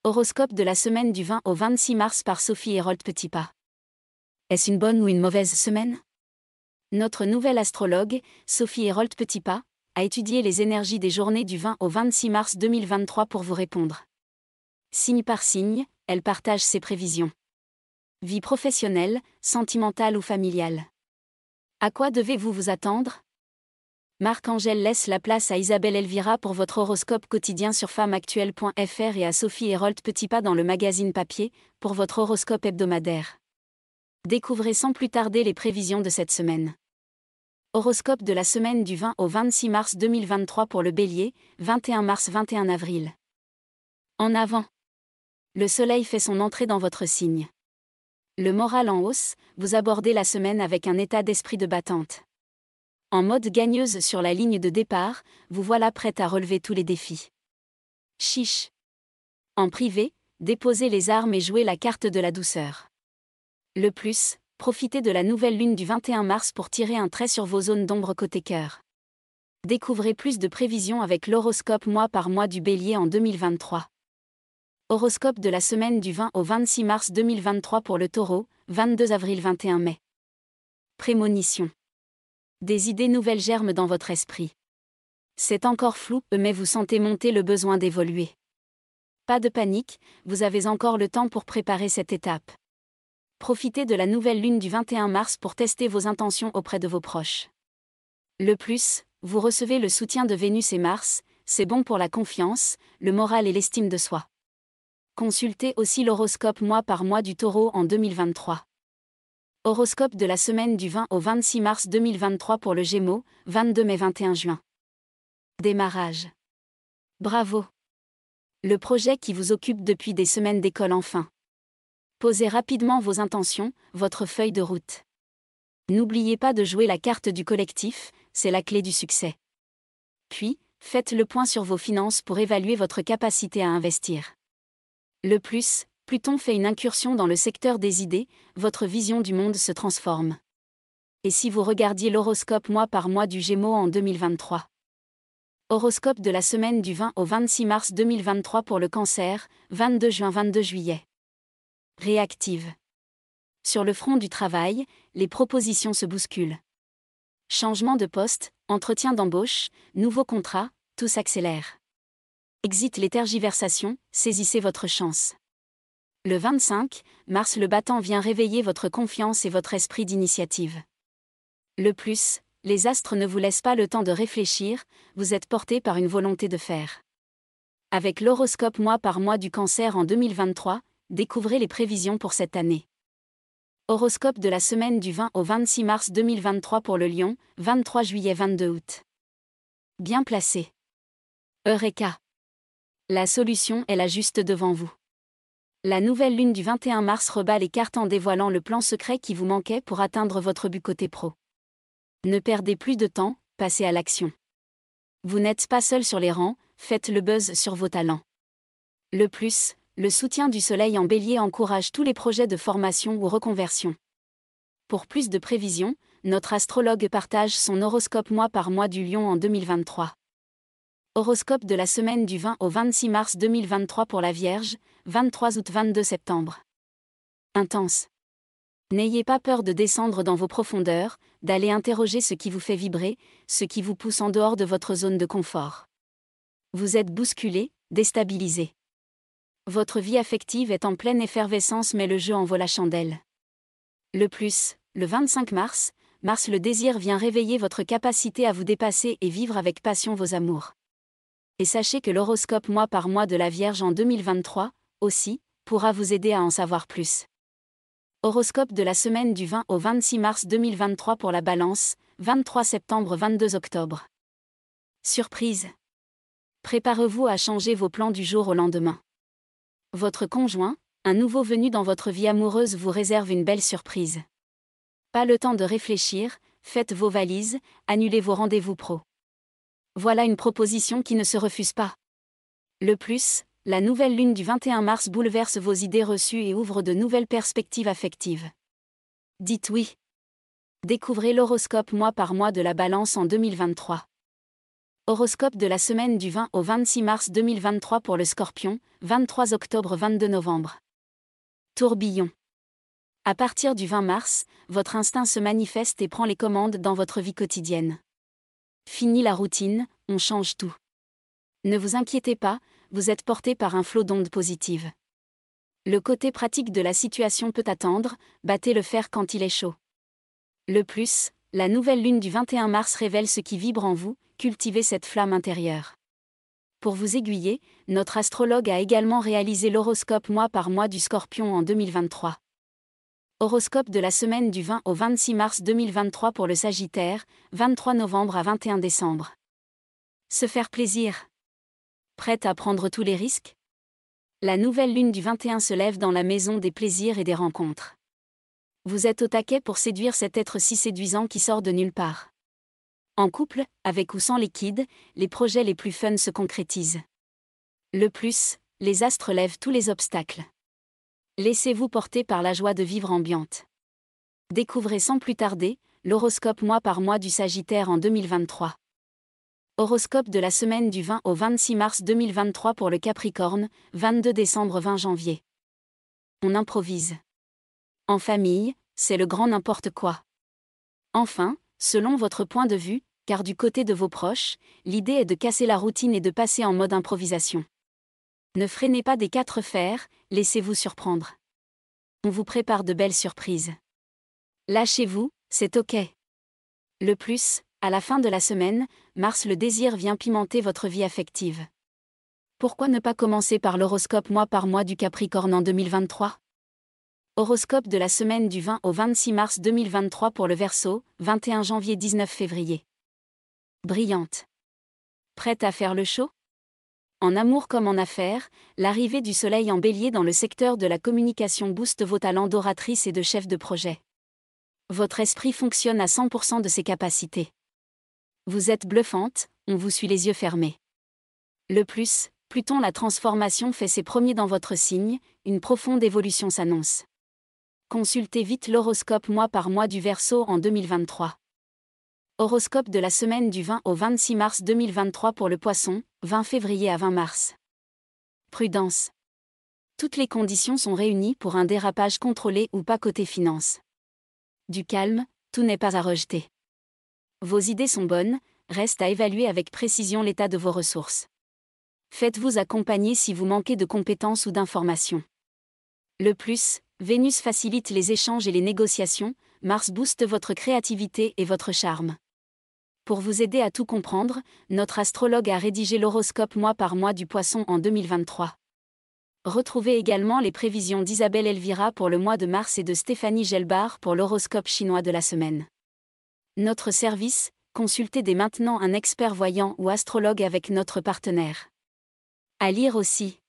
Horoscope de la semaine du 20 au 26 mars par Sophie Hérold Petitpas. Est-ce une bonne ou une mauvaise semaine? Notre nouvelle astrologue, Sophie Hérold Petitpas, a étudié les énergies des journées du 20 au 26 mars 2023 pour vous répondre. Signe par signe, elle partage ses prévisions. Vie professionnelle, sentimentale ou familiale. À quoi devez-vous vous attendre? Marc-Angèle laisse la place à Isabelle Elvira pour votre horoscope quotidien sur femmeactuelle.fr et à Sophie Hérold Petitpas dans le magazine papier, pour votre horoscope hebdomadaire. Découvrez sans plus tarder les prévisions de cette semaine. Horoscope de la semaine du 20 au 26 mars 2023 pour le Bélier, 21 mars-21 avril. En avant. Le soleil fait son entrée dans votre signe. Le moral en hausse, vous abordez la semaine avec un état d'esprit de battante. En mode gagneuse sur la ligne de départ, vous voilà prête à relever tous les défis. Chiche. En privé, déposez les armes et jouez la carte de la douceur. Le plus, profitez de la nouvelle lune du 21 mars pour tirer un trait sur vos zones d'ombre côté cœur. Découvrez plus de prévisions avec l'horoscope mois par mois du Bélier en 2023. Horoscope de la semaine du 20 au 26 mars 2023 pour le Taureau, 22 avril-21 mai. Prémonition. Des idées nouvelles germent dans votre esprit. C'est encore flou, mais vous sentez monter le besoin d'évoluer. Pas de panique, vous avez encore le temps pour préparer cette étape. Profitez de la nouvelle lune du 21 mars pour tester vos intentions auprès de vos proches. Le plus, vous recevez le soutien de Vénus et Mars, c'est bon pour la confiance, le moral et l'estime de soi. Consultez aussi l'horoscope mois par mois du Taureau en 2023. Horoscope de la semaine du 20 au 26 mars 2023 pour le Gémeaux, 22 mai-21 juin. Démarrage. Bravo. Le projet qui vous occupe depuis des semaines décolle enfin. Posez rapidement vos intentions, votre feuille de route. N'oubliez pas de jouer la carte du collectif, c'est la clé du succès. Puis, faites le point sur vos finances pour évaluer votre capacité à investir. Le plus, Pluton fait une incursion dans le secteur des idées, votre vision du monde se transforme. Et si vous regardiez l'horoscope mois par mois du Gémeaux en 2023? Horoscope de la semaine du 20 au 26 mars 2023 pour le Cancer, 22 juin-22 juillet. Réactive. Sur le front du travail, les propositions se bousculent. Changement de poste, entretien d'embauche, nouveau contrat, tout s'accélère. Exit les tergiversations, saisissez votre chance. Le 25 mars, le battant vient réveiller votre confiance et votre esprit d'initiative. Le plus, les astres ne vous laissent pas le temps de réfléchir, vous êtes porté par une volonté de faire. Avec l'horoscope mois par mois du Cancer en 2023, découvrez les prévisions pour cette année. Horoscope de la semaine du 20 au 26 mars 2023 pour le Lion, 23 juillet-22 août. Bien placé. Eureka. La solution est là juste devant vous. La nouvelle lune du 21 mars rebat les cartes en dévoilant le plan secret qui vous manquait pour atteindre votre but côté pro. Ne perdez plus de temps, passez à l'action. Vous n'êtes pas seul sur les rangs, faites le buzz sur vos talents. Le plus, le soutien du soleil en Bélier encourage tous les projets de formation ou reconversion. Pour plus de prévisions, notre astrologue partage son horoscope mois par mois du Lion en 2023. Horoscope de la semaine du 20 au 26 mars 2023 pour la Vierge, 23 août-22 septembre. Intense. N'ayez pas peur de descendre dans vos profondeurs, d'aller interroger ce qui vous fait vibrer, ce qui vous pousse en dehors de votre zone de confort. Vous êtes bousculé, déstabilisé. Votre vie affective est en pleine effervescence mais le jeu en vaut la chandelle. Le plus, le 25 mars, le désir vient réveiller votre capacité à vous dépasser et vivre avec passion vos amours. Et sachez que l'horoscope mois par mois de la Vierge en 2023, aussi, pourra vous aider à en savoir plus. Horoscope de la semaine du 20 au 26 mars 2023 pour la Balance, 23 septembre-22 octobre. Surprise. Préparez-vous à changer vos plans du jour au lendemain. Votre conjoint, un nouveau venu dans votre vie amoureuse vous réserve une belle surprise. Pas le temps de réfléchir, faites vos valises, annulez vos rendez-vous pro. Voilà une proposition qui ne se refuse pas. Le plus, la nouvelle lune du 21 mars bouleverse vos idées reçues et ouvre de nouvelles perspectives affectives. Dites oui. Découvrez l'horoscope mois par mois de la Balance en 2023. Horoscope de la semaine du 20 au 26 mars 2023 pour le Scorpion, 23 octobre-22 novembre. Tourbillon. À partir du 20 mars, votre instinct se manifeste et prend les commandes dans votre vie quotidienne. Fini la routine, on change tout. Ne vous inquiétez pas, vous êtes porté par un flot d'ondes positives. Le côté pratique de la situation peut attendre, battez le fer quand il est chaud. Le plus, la nouvelle lune du 21 mars révèle ce qui vibre en vous, cultivez cette flamme intérieure. Pour vous aiguiller, notre astrologue a également réalisé l'horoscope mois par mois du Scorpion en 2023. Horoscope de la semaine du 20 au 26 mars 2023 pour le Sagittaire, 23 novembre à 21 décembre. Se faire plaisir. Prête à prendre tous les risques ? La nouvelle lune du 21 se lève dans la maison des plaisirs et des rencontres. Vous êtes au taquet pour séduire cet être si séduisant qui sort de nulle part. En couple, avec ou sans liquide, les projets les plus fun se concrétisent. Le plus, les astres lèvent tous les obstacles. Laissez-vous porter par la joie de vivre ambiante. Découvrez sans plus tarder l'horoscope mois par mois du Sagittaire en 2023. Horoscope de la semaine du 20 au 26 mars 2023 pour le Capricorne, 22 décembre 20 janvier. On improvise. En famille, c'est le grand n'importe quoi. Enfin, selon votre point de vue, car du côté de vos proches, l'idée est de casser la routine et de passer en mode improvisation. Ne freinez pas des 4 fers, laissez-vous surprendre. On vous prépare de belles surprises. Lâchez-vous, c'est ok. Le plus, à la fin de la semaine, Mars le désir vient pimenter votre vie affective. Pourquoi ne pas commencer par l'horoscope mois par mois du Capricorne en 2023 ? Horoscope de la semaine du 20 au 26 mars 2023 pour le Verseau, 21 janvier 19 février. Brillante. Prête à faire le show ? En amour comme en affaires, l'arrivée du soleil en bélier dans le secteur de la communication booste vos talents d'oratrice et de chef de projet. Votre esprit fonctionne à 100% de ses capacités. Vous êtes bluffante, on vous suit les yeux fermés. Le plus, Pluton la transformation fait ses premiers dans votre signe, une profonde évolution s'annonce. Consultez vite l'horoscope mois par mois du Verseau en 2023. Horoscope de la semaine du 20 au 26 mars 2023 pour le Poisson, 20 février à 20 mars. Prudence. Toutes les conditions sont réunies pour un dérapage contrôlé ou pas côté finance. Du calme, tout n'est pas à rejeter. Vos idées sont bonnes, reste à évaluer avec précision l'état de vos ressources. Faites-vous accompagner si vous manquez de compétences ou d'informations. Le plus, Vénus facilite les échanges et les négociations, Mars booste votre créativité et votre charme. Pour vous aider à tout comprendre, notre astrologue a rédigé l'horoscope mois par mois du Poisson en 2023. Retrouvez également les prévisions d'Isabelle Elvira pour le mois de mars et de Stéphanie Gelbar pour l'horoscope chinois de la semaine. Notre service, consultez dès maintenant un expert voyant ou astrologue avec notre partenaire. À lire aussi.